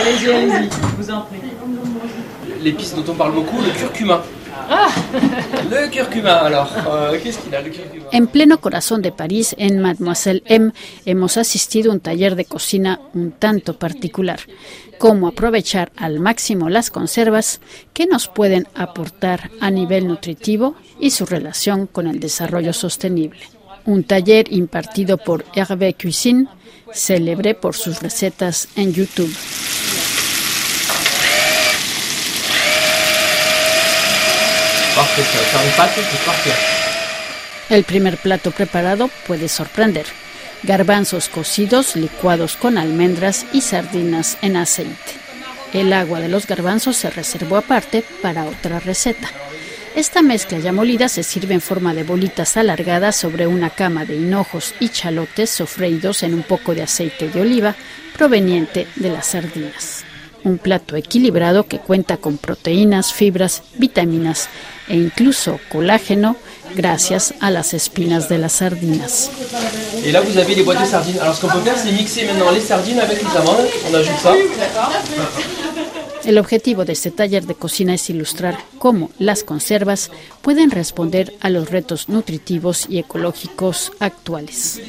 allez-y, je vous en prie. L'épice dont on parle beaucoup, le curcuma. Ah. Le curcuma, alors, qu'est-ce qu'il a, le curcuma? En pleno corazón de París, en Mademoiselle M, hemos asistido a un taller de cocina un tanto particular. Cómo aprovechar al máximo las conservas que nos pueden aportar a nivel nutritivo y su relación con el desarrollo sostenible. Un taller impartido por Hervé Cuisine, célebre por sus recetas en YouTube. El primer plato preparado puede sorprender. Garbanzos cocidos licuados con almendras y sardinas en aceite. El agua de los garbanzos se reservó aparte para otra receta. Esta mezcla ya molida se sirve en forma de bolitas alargadas sobre una cama de hinojos y chalotes sofreídos en un poco de aceite de oliva proveniente de las sardinas. Un plato equilibrado que cuenta con proteínas, fibras, vitaminas e incluso colágeno gracias a las espinas de las sardinas. Et là vous avez les boîtes de sardines. Alors ce qu'on peut faire c'est mixer maintenant les sardines avec les amandes. On ajoute ça. El objetivo de este taller de cocina es ilustrar cómo las conservas pueden responder a los retos nutritivos y ecológicos actuales.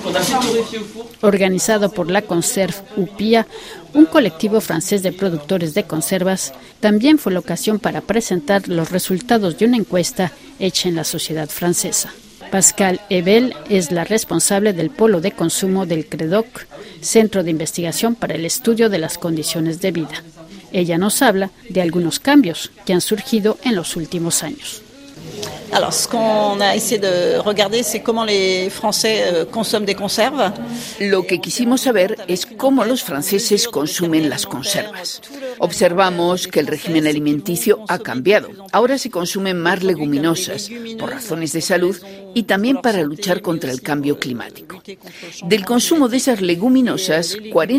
Organizado por la Conserve UPIA, un colectivo francés de productores de conservas, también fue la ocasión para presentar los resultados de una encuesta hecha en la sociedad francesa. Pascal Ebel es la responsable del polo de consumo del CREDOC, Centro de Investigación para el Estudio de las Condiciones de Vida. Ella nos habla de algunos cambios que han surgido en los últimos años. Alors, ce qu'on a essayé de regarder, c'est comment les Français consomment des conserves. Lo que quisimos saber es cómo los franceses consumen las conservas. Observamos que el régimen alimenticio ha cambiado. Ahora se consumen más leguminosas por razones de salud y también para luchar contra el cambio climático. Del consumo de esas leguminosas,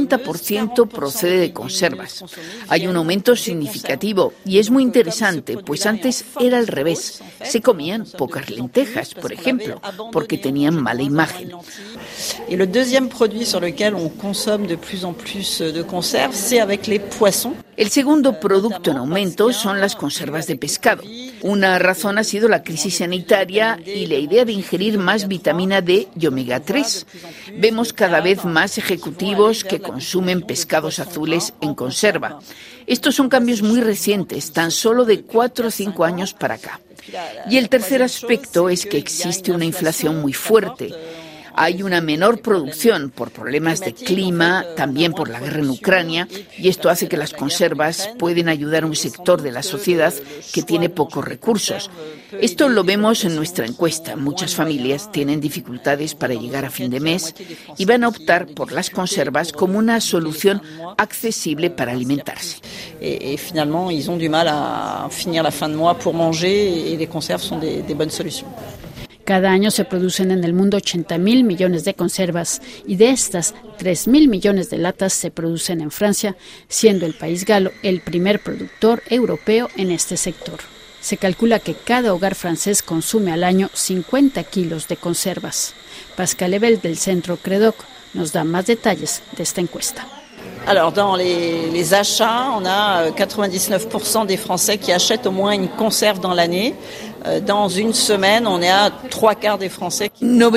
40% procede de conservas. Hay un aumento significativo y es muy interesante, pues antes era al revés. Se comían pocas lentejas, por ejemplo, porque tenían mala imagen. Et le deuxième produit sur lequel on consomme de plus en plus de conserves, c'est avec les poissons. El segundo producto en aumento son las conservas de pescado. Una razón ha sido la crisis sanitaria y la idea de ingerir más vitamina D y omega 3. Vemos cada vez más ejecutivos que consumen pescados azules en conserva. Estos son cambios muy recientes, tan solo de 4 o 5 años para acá. Y el tercer aspecto es que existe una inflación muy fuerte. Hay una menor producción por problemas de clima, también por la guerra en Ucrania, y esto hace que las conservas pueden ayudar a un sector de la sociedad que tiene pocos recursos. Esto lo vemos en nuestra encuesta. Muchas familias tienen dificultades para llegar a fin de mes y van a optar por las conservas como una solución accesible para alimentarse. Et finalement, ils ont du mal à finir la fin de mois pour manger et les conserves sont des bonnes solutions. Cada año se producen en el mundo 80.000 millones de conservas y de estas 3.000 millones de latas se producen en Francia, siendo el país galo el primer productor europeo en este sector. Se calcula que cada hogar francés consume al año 50 kilos de conservas. Pascal Ebel del Centro CREDOC nos da más detalles de esta encuesta. Alors, dans les achats, on a 99% des Français qui achètent au moins une conserve dans l'année. Dans une semaine, on est à 3/4 des Français.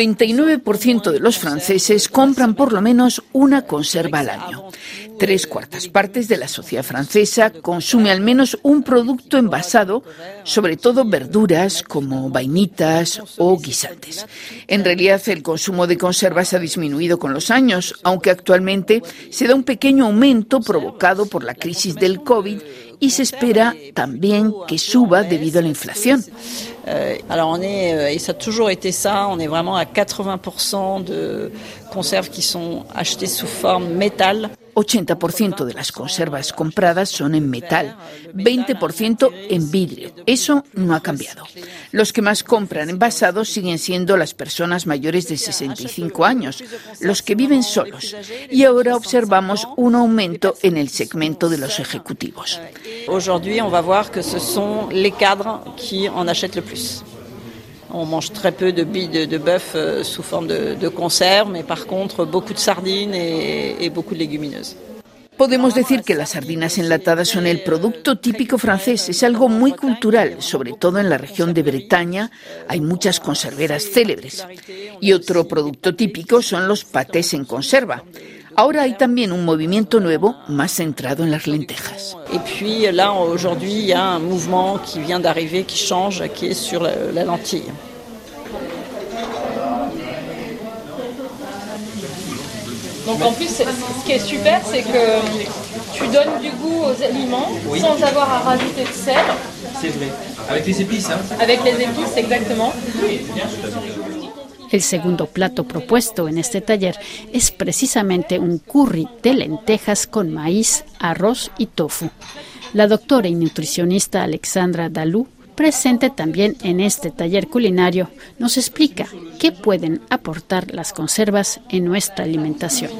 99% de los franceses compran por lo menos una conserva al año. 3/4 partes de la sociedad francesa consume al menos un producto envasado, sobre todo verduras como vainitas o guisantes. En realidad, el consumo de conservas ha disminuido con los años, aunque actualmente se da un pequeño aumento provocado por la crisis del COVID y se espera también que suba debido a la inflación. Alors et ça a toujours été ça, on est vraiment à 80% de conserves qui sont achetées sous forme métal. 80% de las conservas compradas son en metal, 20% en vidrio. Eso no ha cambiado. Los que más compran envasados siguen siendo las personas mayores de 65 años, los que viven solos. Y ahora observamos un aumento en el segmento de los ejecutivos. Aujourd'hui, on va voir que ce sont les cadres qui en achètent le plus. On mange très peu de billes de bœuf sous forme de conserve, mais par contre beaucoup de sardines et beaucoup de légumineuses. Podemos decir que las sardinas enlatadas son el producto típico francés. Es algo muy cultural, sobre todo en la región de Bretaña. Hay muchas conserveras célebres. Y otro producto típico son los pâtés en conserva. Ahora hay también un movimiento nuevo más centrado en las lentejas. Et puis là, aujourd'hui, il y a un mouvement qui vient d'arriver, qui change, qui est sur la lentille. Donc en plus, ce qui est super, c'est que tu donnes du goût aux aliments sans avoir à rajouter de sel. C'est vrai. Avec les épices, hein. Avec les épices, exactement. El segundo plato propuesto en este taller es precisamente un curry de lentejas con maíz, arroz y tofu. La doctora y nutricionista Alexandra Dalou, presente también en este taller culinario, nos explica qué pueden aportar las conservas en nuestra alimentación.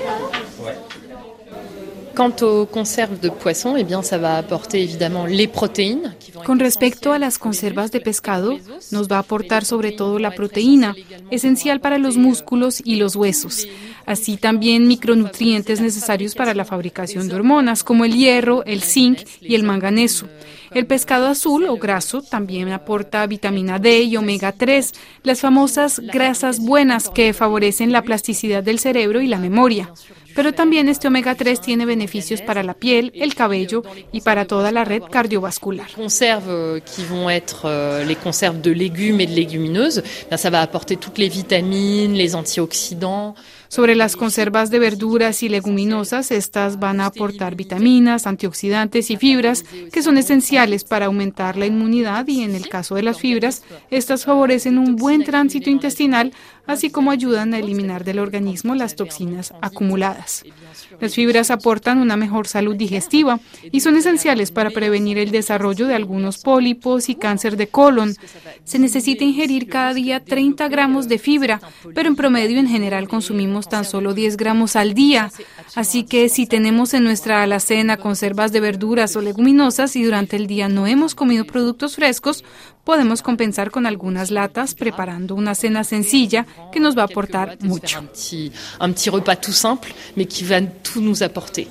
Quant aux conserves de poisson, eh bien, ça va aporter évidemment les protéines. Con respecto a las conservas de pescado, nos va a aportar sobre todo la proteína, esencial para los músculos y los huesos. Así también micronutrientes necesarios para la fabricación de hormonas, como el hierro, el zinc y el manganeso. El pescado azul o graso también aporta vitamina D y omega 3, las famosas grasas buenas que favorecen la plasticidad del cerebro y la memoria. Pero también este omega 3 tiene beneficios para la piel, el cabello y para toda la red cardiovascular. Conserves qui vont être les conserves de légumes et de légumineuses, ça va apporter toutes les vitamines, les antioxydants. Sobre las conservas de verduras y leguminosas, estas van a aportar vitaminas, antioxidantes y fibras que son esenciales para aumentar la inmunidad y en el caso de las fibras, estas favorecen un buen tránsito intestinal, así como ayudan a eliminar del organismo las toxinas acumuladas. Las fibras aportan una mejor salud digestiva y son esenciales para prevenir el desarrollo de algunos pólipos y cáncer de colon. Se necesita ingerir cada día 30 gramos de fibra, pero en promedio en general consumimos tan solo 10 gramos al día. Así que si tenemos en nuestra alacena conservas de verduras o leguminosas y durante el día no hemos comido productos frescos, podemos compensar con algunas latas preparando una cena sencilla que nos va a aportar mucho. Un petit repas tout simple, mais qui va tout nous apporter.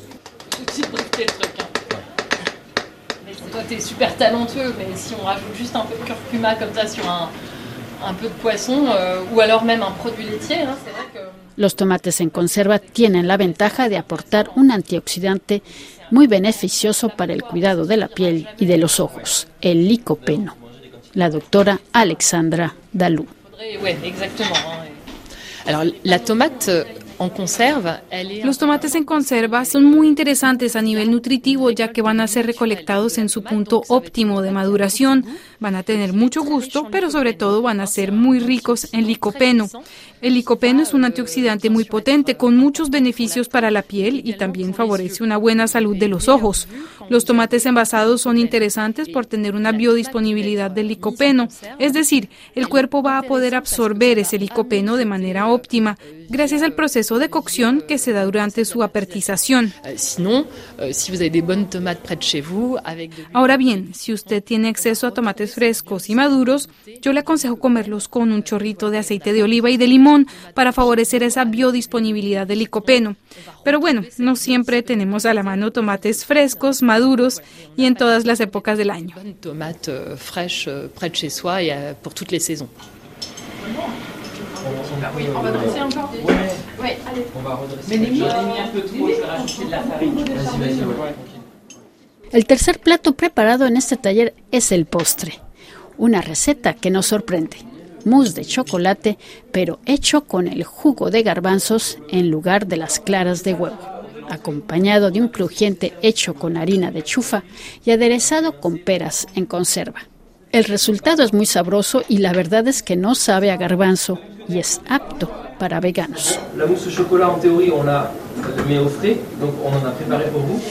Toi, t'es super talentueux, mais si on rajoute juste un peu de curcuma comme ça sur un peu de poisson, ou alors même un produit laitier, hein, c'est vrai que... Los tomates en conserva tienen la ventaja de aportar un antioxidante muy beneficioso para el cuidado de la piel y de los ojos, el licopeno. La doctora Alexandra Dalou. Oui, exactement. Alors, la tomate en conserva, Los tomates en conserva son muy interesantes a nivel nutritivo ya que van a ser recolectados en su punto óptimo de maduración, van a tener mucho gusto, pero sobre todo van a ser muy ricos en licopeno. El licopeno es un antioxidante muy potente con muchos beneficios para la piel y también favorece una buena salud de los ojos. Los tomates envasados son interesantes por tener una biodisponibilidad del licopeno, es decir, el cuerpo va a poder absorber ese licopeno de manera óptima gracias al proceso de cocción que se da durante su apertización. Ahora bien, si usted tiene acceso a tomates frescos y maduros, yo le aconsejo comerlos con un chorrito de aceite de oliva y de limón para favorecer esa biodisponibilidad del licopeno. Pero bueno, no siempre tenemos a la mano tomates frescos, maduros y en todas las épocas del año. Tomate fraîche près de chez soi et pour toutes les saisons. Oui, on va dresser encore. Oui, allez. On va redresser. Mais j'ai mis un peu trop, je vais rajouter de la farine. Vas-y. El tercer plato preparado en este taller es el postre, una receta que nos sorprende. Mousse de chocolate, pero hecho con el jugo de garbanzos en lugar de las claras de huevo, acompañado de un crujiente hecho con harina de chufa y aderezado con peras en conserva. El resultado es muy sabroso y la verdad es que no sabe a garbanzo y es apto para veganos. La mousse au chocolat, en théorie, on la met au frais, donc on en a préparé pour vous.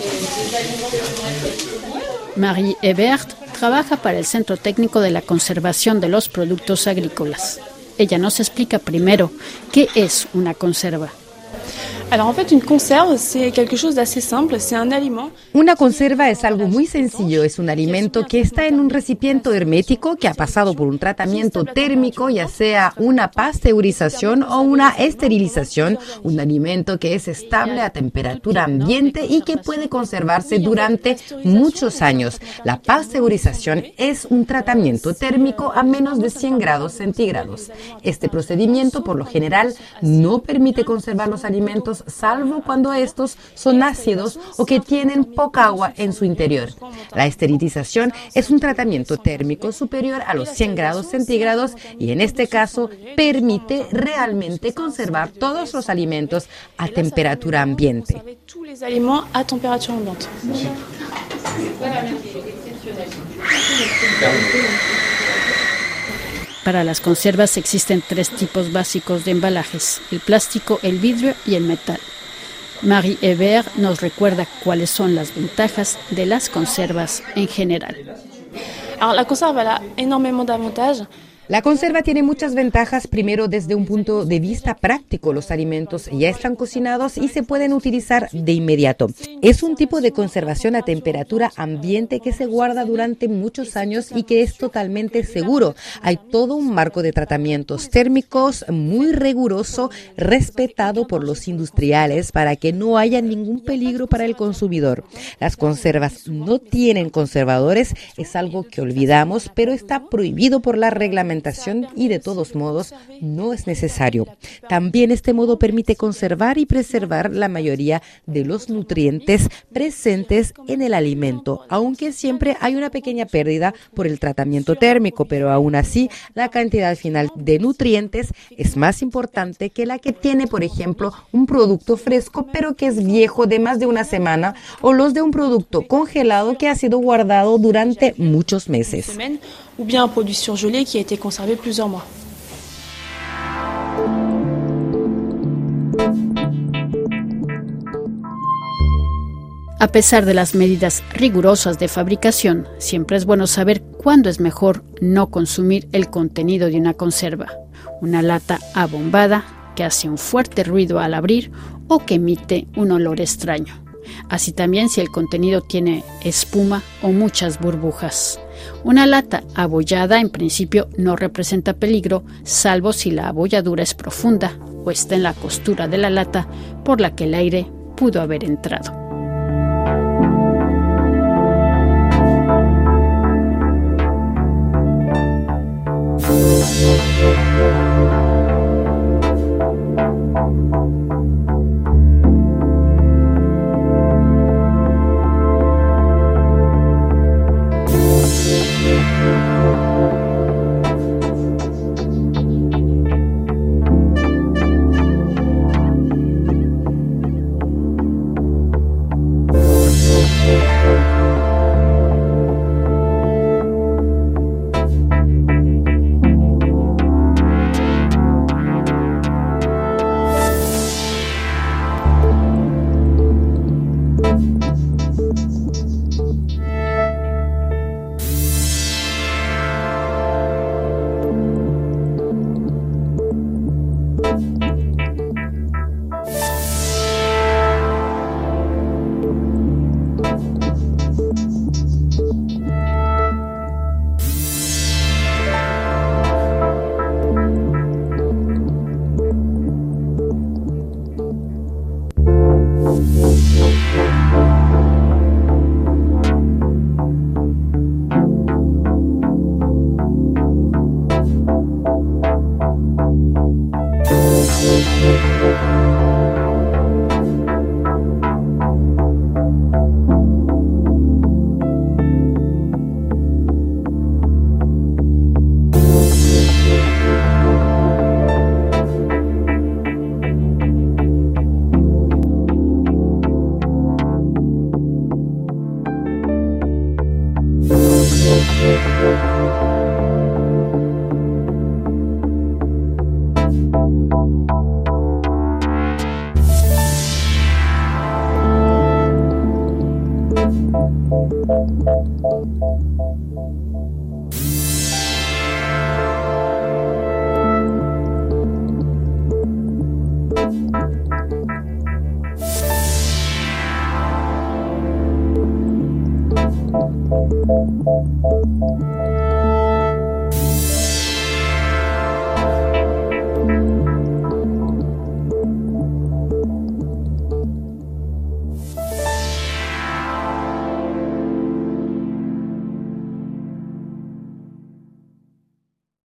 Marie Hebert trabaja para el Centro Técnico de la Conservación de los Productos Agrícolas. Ella nos explica primero qué es una conserva. Una conserva es algo muy sencillo, es un alimento que está en un recipiente hermético que ha pasado por un tratamiento térmico, ya sea una pasteurización o una esterilización, un alimento que es estable a temperatura ambiente y que puede conservarse durante muchos años. La pasteurización es un tratamiento térmico a menos de 100 grados centígrados. Este procedimiento, por lo general, no permite conservar los alimentos, salvo cuando estos son ácidos o que tienen poca agua en su interior. La esterilización es un tratamiento térmico superior a los 100 grados centígrados y en este caso permite realmente conservar todos los alimentos a temperatura ambiente. Para las conservas existen 3 tipos básicos de embalajes: el plástico, el vidrio y el metal. Marie Hébert nos recuerda cuáles son las ventajas de las conservas en general. La conserva tiene muchas ventajas. Primero, desde un punto de vista práctico, los alimentos ya están cocinados y se pueden utilizar de inmediato. Es un tipo de conservación a temperatura ambiente que se guarda durante muchos años y que es totalmente seguro. Hay todo un marco de tratamientos térmicos muy riguroso, respetado por los industriales para que no haya ningún peligro para el consumidor. Las conservas no tienen conservadores, es algo que olvidamos, pero está prohibido por la reglamentación y de todos modos no es necesario. También este modo permite conservar y preservar la mayoría de los nutrientes presentes en el alimento, aunque siempre hay una pequeña pérdida por el tratamiento térmico, pero aún así la cantidad final de nutrientes es más importante que la que tiene, por ejemplo, un producto fresco pero que es viejo de más de una semana o los de un producto congelado que ha sido guardado durante muchos meses. Ou bien un produit surgelé qui a été conservé plusieurs mois. A pesar de las medidas rigurosas de fabricación, siempre es bueno saber cuándo es mejor no consumir el contenido de una conserva. Una lata abombada que hace un fuerte ruido al abrir o que emite un olor extraño. Así también si el contenido tiene espuma o muchas burbujas. Una lata abollada en principio no representa peligro, salvo si la abolladura es profunda o está en la costura de la lata por la que el aire pudo haber entrado. Thank you.